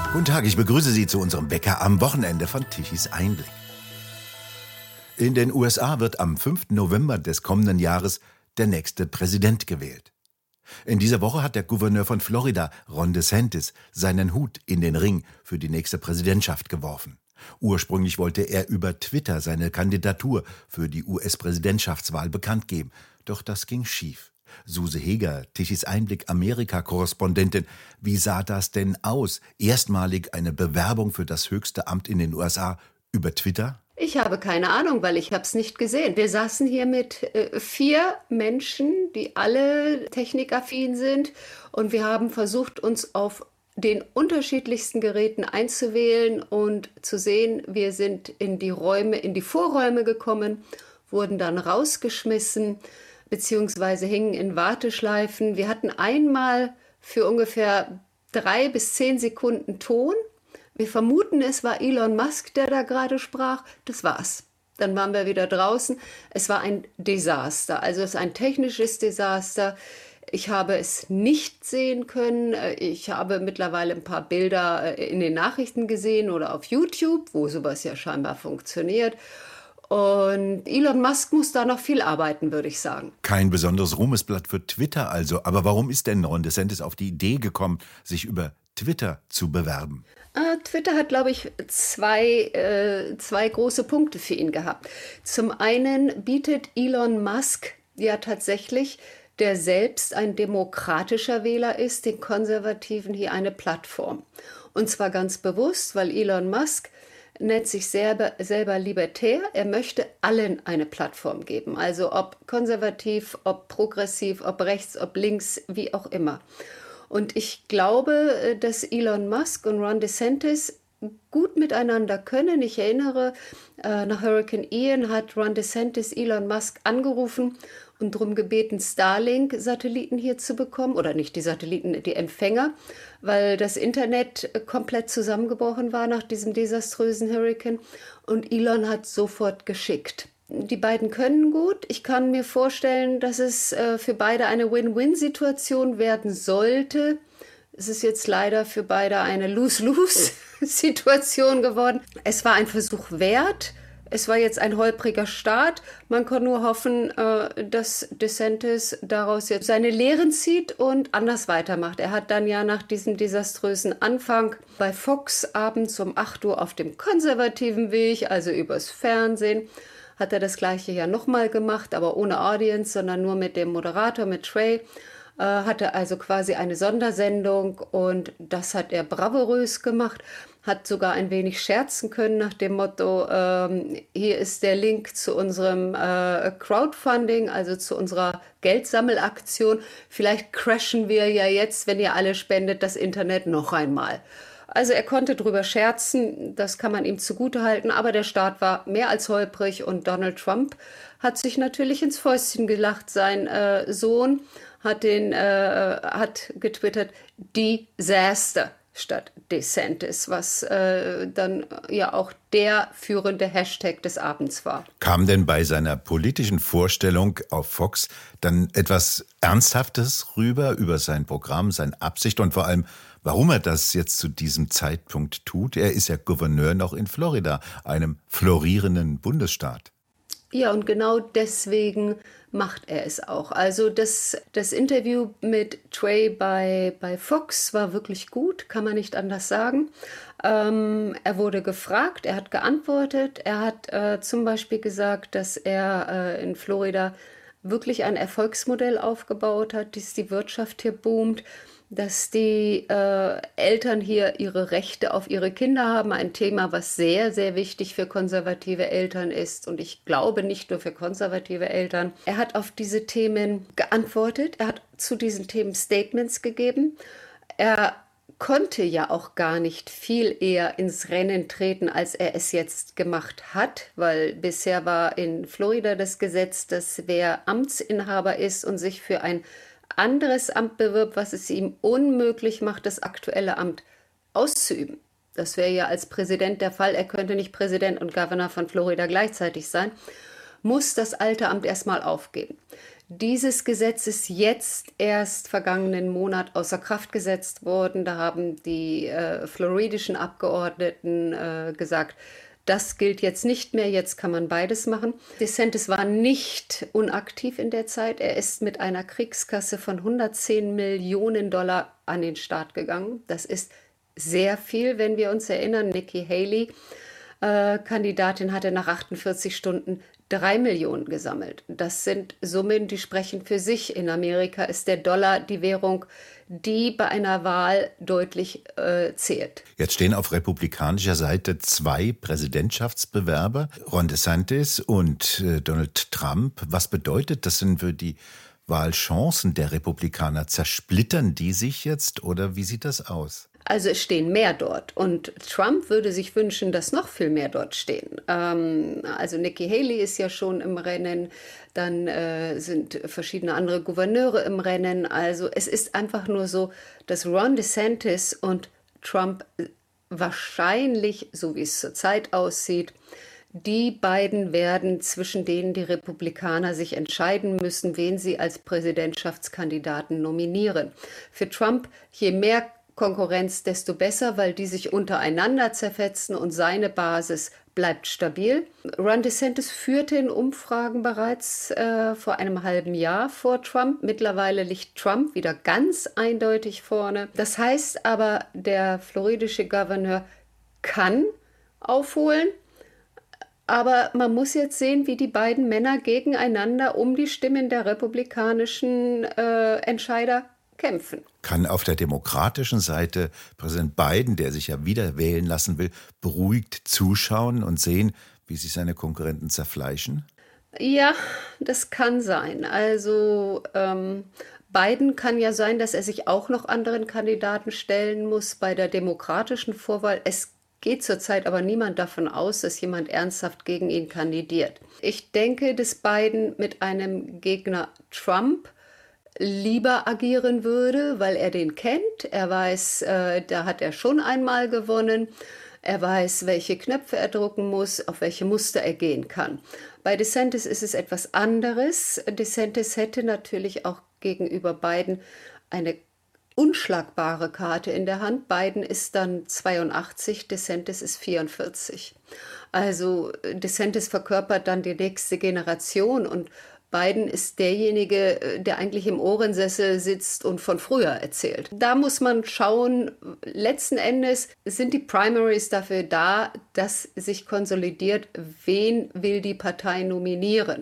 Guten Tag, ich begrüße Sie zu unserem Bäcker am Wochenende von Tichys Einblick. In den USA wird am 5. November des kommenden Jahres der nächste Präsident gewählt. In dieser Woche hat der Gouverneur von Florida, Ron DeSantis, seinen Hut in den Ring für die nächste Präsidentschaft geworfen. Ursprünglich wollte er über Twitter seine Kandidatur für die US-Präsidentschaftswahl bekannt geben. Doch das ging schief. Suse Heger, Tichys Einblick Amerika-Korrespondentin. Wie sah das denn aus? Erstmalig eine Bewerbung für das höchste Amt in den USA über Twitter? Ich habe keine Ahnung, weil ich habe es nicht gesehen. Wir saßen hier mit 4 Menschen, die alle technikaffin sind, und wir haben versucht, uns auf den unterschiedlichsten Geräten einzuwählen und zu sehen. Wir sind in die Vorräume gekommen, wurden dann rausgeschmissen, beziehungsweise hingen in Warteschleifen. Wir hatten einmal für ungefähr 3 bis 10 Sekunden Ton. Wir vermuten, es war Elon Musk, der da gerade sprach. Das war's. Dann waren wir wieder draußen. Es war ein Desaster. Also es ist ein technisches Desaster. Ich habe es nicht sehen können. Ich habe mittlerweile ein paar Bilder in den Nachrichten gesehen oder auf YouTube, wo sowas ja scheinbar funktioniert. Und Elon Musk muss da noch viel arbeiten, würde ich sagen. Kein besonderes Ruhmesblatt für Twitter also. Aber warum ist denn Ron DeSantis auf die Idee gekommen, sich über Twitter zu bewerben? Twitter hat, glaube ich, zwei große Punkte für ihn gehabt. Zum einen bietet Elon Musk ja tatsächlich, der selbst ein demokratischer Wähler ist, den Konservativen hier eine Plattform. Und zwar ganz bewusst, weil Elon Musk nennt sich selber libertär. Er möchte allen eine Plattform geben. Also ob konservativ, ob progressiv, ob rechts, ob links, wie auch immer. Und ich glaube, dass Elon Musk und Ron DeSantis gut miteinander können. Ich erinnere, nach Hurricane Ian hat Ron DeSantis Elon Musk angerufen und darum gebeten, Starlink-Satelliten hier zu bekommen. Oder nicht die Satelliten, die Empfänger, weil das Internet komplett zusammengebrochen war nach diesem desaströsen Hurricane. Und Elon hat sofort geschickt. Die beiden können gut. Ich kann mir vorstellen, dass es für beide eine Win-Win-Situation werden sollte. Es ist jetzt leider für beide eine Lose-Lose-Situation geworden. Es war ein Versuch wert. Es war jetzt ein holpriger Start. Man kann nur hoffen, dass DeSantis daraus jetzt seine Lehren zieht und anders weitermacht. Er hat dann ja nach diesem desaströsen Anfang bei Fox abends um 8 Uhr auf dem konservativen Weg, also übers Fernsehen, hat er das Gleiche ja nochmal gemacht, aber ohne Audience, sondern nur mit dem Moderator, mit Trey. Hatte also quasi eine Sondersendung und das hat er bravourös gemacht, hat sogar ein wenig scherzen können nach dem Motto, hier ist der Link zu unserem Crowdfunding, also zu unserer Geldsammelaktion. Vielleicht crashen wir ja jetzt, wenn ihr alle spendet, das Internet noch einmal. Also er konnte drüber scherzen, das kann man ihm zugutehalten, aber der Start war mehr als holprig und Donald Trump hat sich natürlich ins Fäustchen gelacht. Sein Sohn hat getwittert, Disaster statt DeSantis, was dann ja auch der führende Hashtag des Abends war. Kam denn bei seiner politischen Vorstellung auf Fox dann etwas Ernsthaftes rüber über sein Programm, seine Absicht und vor allem, warum er das jetzt zu diesem Zeitpunkt tut? Er ist ja Gouverneur noch in Florida, einem florierenden Bundesstaat. Ja, und genau deswegen macht er es auch. Also das Interview mit Trey bei Fox war wirklich gut, kann man nicht anders sagen. Er wurde gefragt, er hat geantwortet. Er hat zum Beispiel gesagt, dass er in Florida wirklich ein Erfolgsmodell aufgebaut hat, dass die Wirtschaft hier boomt, dass die Eltern hier ihre Rechte auf ihre Kinder haben. Ein Thema, was sehr, sehr wichtig für konservative Eltern ist. Und ich glaube nicht nur für konservative Eltern. Er hat auf diese Themen geantwortet. Er hat zu diesen Themen Statements gegeben. Er konnte ja auch gar nicht viel eher ins Rennen treten, als er es jetzt gemacht hat, weil bisher war in Florida das Gesetz, dass wer Amtsinhaber ist und sich für ein anderes Amt bewirbt, was es ihm unmöglich macht, das aktuelle Amt auszuüben. Das wäre ja als Präsident der Fall. Er könnte nicht Präsident und Governor von Florida gleichzeitig sein. Muss das alte Amt erstmal aufgeben. Dieses Gesetz ist jetzt erst vergangenen Monat außer Kraft gesetzt worden. Da haben die floridischen Abgeordneten gesagt, das gilt jetzt nicht mehr, jetzt kann man beides machen. DeSantis war nicht unaktiv in der Zeit. Er ist mit einer Kriegskasse von 110 Millionen Dollar an den Start gegangen. Das ist sehr viel, wenn wir uns erinnern. Nikki Haley, Kandidatin, hatte nach 48 Stunden 3 Millionen gesammelt. Das sind Summen, die sprechen für sich. In Amerika ist der Dollar die Währung, die bei einer Wahl deutlich zählt. Jetzt stehen auf republikanischer Seite 2 Präsidentschaftsbewerber, Ron DeSantis und Donald Trump. Was bedeutet das denn für die Wahlchancen der Republikaner? Zersplittern die sich jetzt oder wie sieht das aus? Also es stehen mehr dort und Trump würde sich wünschen, dass noch viel mehr dort stehen. Also Nikki Haley ist ja schon im Rennen, dann sind verschiedene andere Gouverneure im Rennen. Also es ist einfach nur so, dass Ron DeSantis und Trump wahrscheinlich, so wie es zurzeit aussieht, die beiden werden, zwischen denen die Republikaner sich entscheiden müssen, wen sie als Präsidentschaftskandidaten nominieren. Für Trump, je mehr Konkurrenz, desto besser, weil die sich untereinander zerfetzen und seine Basis bleibt stabil. Ron DeSantis führte in Umfragen bereits vor einem halben Jahr vor Trump. Mittlerweile liegt Trump wieder ganz eindeutig vorne. Das heißt aber, der floridische Gouverneur kann aufholen. Aber man muss jetzt sehen, wie die beiden Männer gegeneinander um die Stimmen der republikanischen Entscheider kämpfen. Kann auf der demokratischen Seite Präsident Biden, der sich ja wieder wählen lassen will, beruhigt zuschauen und sehen, wie sich seine Konkurrenten zerfleischen? Ja, das kann sein. Also Biden kann ja sein, dass er sich auch noch anderen Kandidaten stellen muss bei der demokratischen Vorwahl. Es geht zurzeit aber niemand davon aus, dass jemand ernsthaft gegen ihn kandidiert. Ich denke, dass Biden mit einem Gegner Trump lieber agieren würde, weil er den kennt. Er weiß, da hat er schon einmal gewonnen. Er weiß, welche Knöpfe er drücken muss, auf welche Muster er gehen kann. Bei DeSantis ist es etwas anderes. DeSantis hätte natürlich auch gegenüber Biden eine unschlagbare Karte in der Hand. Biden ist dann 82, DeSantis ist 44. Also DeSantis verkörpert dann die nächste Generation und Biden ist derjenige, der eigentlich im Ohrensessel sitzt und von früher erzählt. Da muss man schauen, letzten Endes sind die Primaries dafür da, dass sich konsolidiert, wen will die Partei nominieren.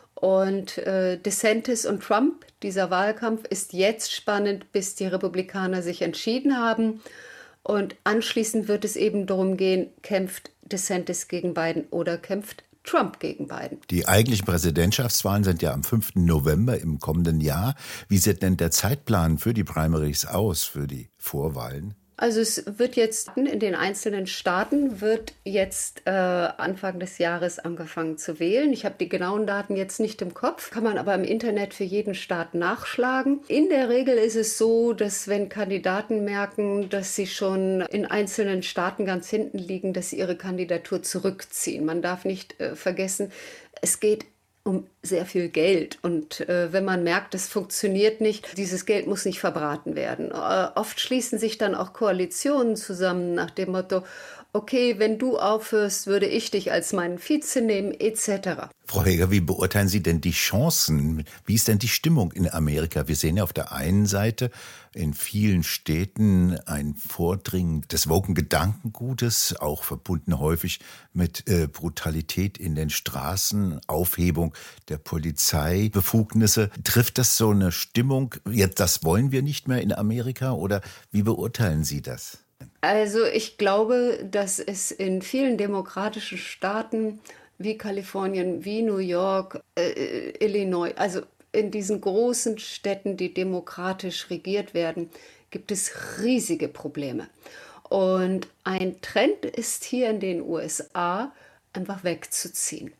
Und DeSantis und Trump, dieser Wahlkampf ist jetzt spannend, bis die Republikaner sich entschieden haben. Und anschließend wird es eben darum gehen, kämpft DeSantis gegen Biden oder kämpft Trump gegen Biden. Die eigentlichen Präsidentschaftswahlen sind ja am 5. November im kommenden Jahr. Wie sieht denn der Zeitplan für die Primaries aus, für die Vorwahlen? Also es wird jetzt in den einzelnen Staaten wird jetzt Anfang des Jahres angefangen zu wählen. Ich habe die genauen Daten jetzt nicht im Kopf, kann man aber im Internet für jeden Staat nachschlagen. In der Regel ist es so, dass wenn Kandidaten merken, dass sie schon in einzelnen Staaten ganz hinten liegen, dass sie ihre Kandidatur zurückziehen. Man darf nicht vergessen, es geht um sehr viel Geld. Und wenn man merkt, das funktioniert nicht, dieses Geld muss nicht verbraten werden. Oft schließen sich dann auch Koalitionen zusammen nach dem Motto, okay, wenn du aufhörst, würde ich dich als meinen Vize nehmen, etc. Frau Heger, wie beurteilen Sie denn die Chancen? Wie ist denn die Stimmung in Amerika? Wir sehen ja auf der einen Seite in vielen Städten ein Vordringen des woken Gedankengutes, auch verbunden häufig mit Brutalität in den Straßen, Aufhebung der Polizeibefugnisse. Trifft das so eine Stimmung, jetzt das wollen wir nicht mehr in Amerika, oder wie beurteilen Sie das? Also ich glaube, dass es in vielen demokratischen Staaten wie Kalifornien, wie New York, Illinois, also in diesen großen Städten, die demokratisch regiert werden, gibt es riesige Probleme. Und ein Trend ist hier in den USA, einfach wegzuziehen.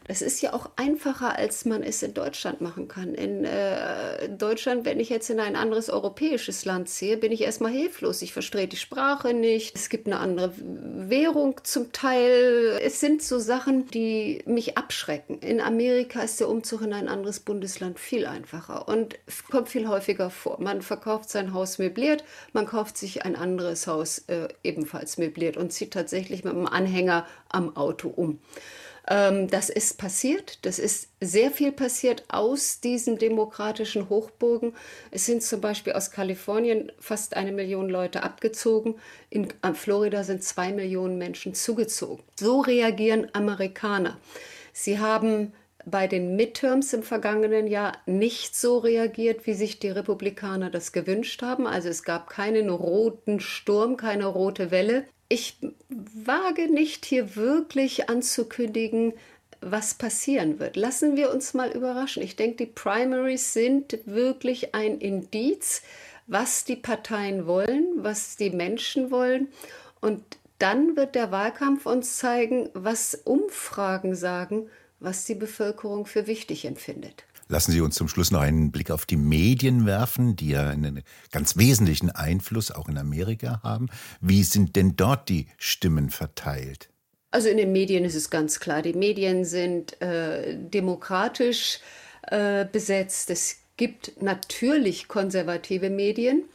Das ist ja auch einfacher, als man es in Deutschland machen kann. In Deutschland, wenn ich jetzt in ein anderes europäisches Land ziehe, bin ich erstmal hilflos. Ich verstehe die Sprache nicht. Es gibt eine andere Währung zum Teil. Es sind so Sachen, die mich abschrecken. In Amerika ist der Umzug in ein anderes Bundesland viel einfacher und kommt viel häufiger vor. Man verkauft sein Haus möbliert, man kauft sich ein anderes Haus ebenfalls möbliert und zieht tatsächlich mit einem Anhänger am Auto um. Das ist passiert, das ist sehr viel passiert aus diesen demokratischen Hochburgen. Es sind zum Beispiel aus Kalifornien fast 1 Million Leute abgezogen. In Florida sind 2 Millionen Menschen zugezogen. So reagieren Amerikaner. Sie haben bei den Midterms im vergangenen Jahr nicht so reagiert, wie sich die Republikaner das gewünscht haben. Also es gab keinen roten Sturm, keine rote Welle. Ich wage nicht, hier wirklich anzukündigen, was passieren wird. Lassen wir uns mal überraschen. Ich denke, die Primaries sind wirklich ein Indiz, was die Parteien wollen, was die Menschen wollen. Und dann wird der Wahlkampf uns zeigen, was Umfragen sagen, was die Bevölkerung für wichtig empfindet. Lassen Sie uns zum Schluss noch einen Blick auf die Medien werfen, die ja einen ganz wesentlichen Einfluss auch in Amerika haben. Wie sind denn dort die Stimmen verteilt? Also in den Medien ist es ganz klar, die Medien sind demokratisch besetzt. Es gibt natürlich konservative Medien,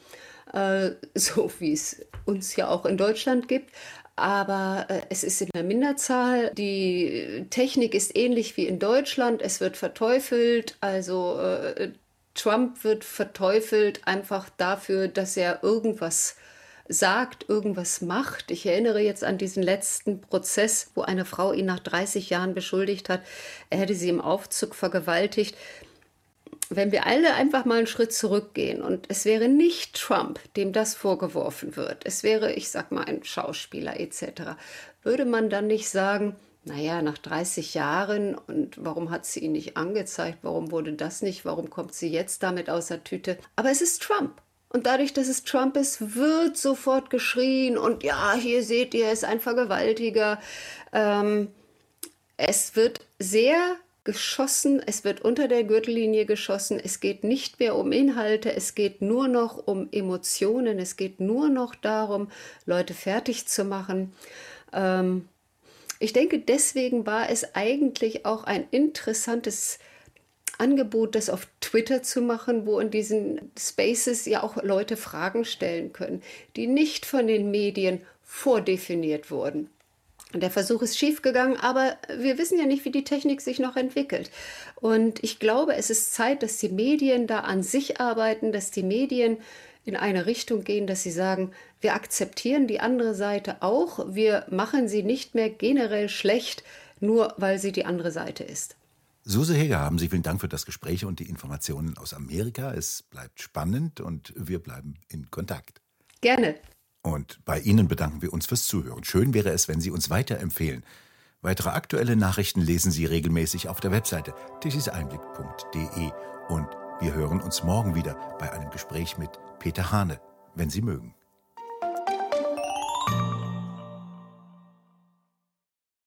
so wie es uns ja auch in Deutschland gibt. Aber es ist in der Minderzahl. Die Technik ist ähnlich wie in Deutschland. Es wird verteufelt. Also Trump wird verteufelt einfach dafür, dass er irgendwas sagt, irgendwas macht. Ich erinnere jetzt an diesen letzten Prozess, wo eine Frau ihn nach 30 Jahren beschuldigt hat, er hätte sie im Aufzug vergewaltigt. Wenn wir alle einfach mal einen Schritt zurückgehen und es wäre nicht Trump, dem das vorgeworfen wird, es wäre, ich sag mal, ein Schauspieler etc., würde man dann nicht sagen, naja, nach 30 Jahren und warum hat sie ihn nicht angezeigt, warum wurde das nicht, warum kommt sie jetzt damit aus der Tüte? Aber es ist Trump. Und dadurch, dass es Trump ist, wird sofort geschrien und ja, hier seht ihr, er ist ein Vergewaltiger. Es wird sehr geschossen, es wird unter der Gürtellinie geschossen, es geht nicht mehr um Inhalte, es geht nur noch um Emotionen, es geht nur noch darum, Leute fertig zu machen. Ich denke, deswegen war es eigentlich auch ein interessantes Angebot, das auf Twitter zu machen, wo in diesen Spaces ja auch Leute Fragen stellen können, die nicht von den Medien vordefiniert wurden. Der Versuch ist schiefgegangen, aber wir wissen ja nicht, wie die Technik sich noch entwickelt. Und ich glaube, es ist Zeit, dass die Medien da an sich arbeiten, dass die Medien in eine Richtung gehen, dass sie sagen, wir akzeptieren die andere Seite auch, wir machen sie nicht mehr generell schlecht, nur weil sie die andere Seite ist. Suse Heger, haben Sie vielen Dank für das Gespräch und die Informationen aus Amerika. Es bleibt spannend und wir bleiben in Kontakt. Gerne. Und bei Ihnen bedanken wir uns fürs Zuhören. Schön wäre es, wenn Sie uns weiterempfehlen. Weitere aktuelle Nachrichten lesen Sie regelmäßig auf der Webseite tichiseinblick.de. Und wir hören uns morgen wieder bei einem Gespräch mit Peter Hane, wenn Sie mögen.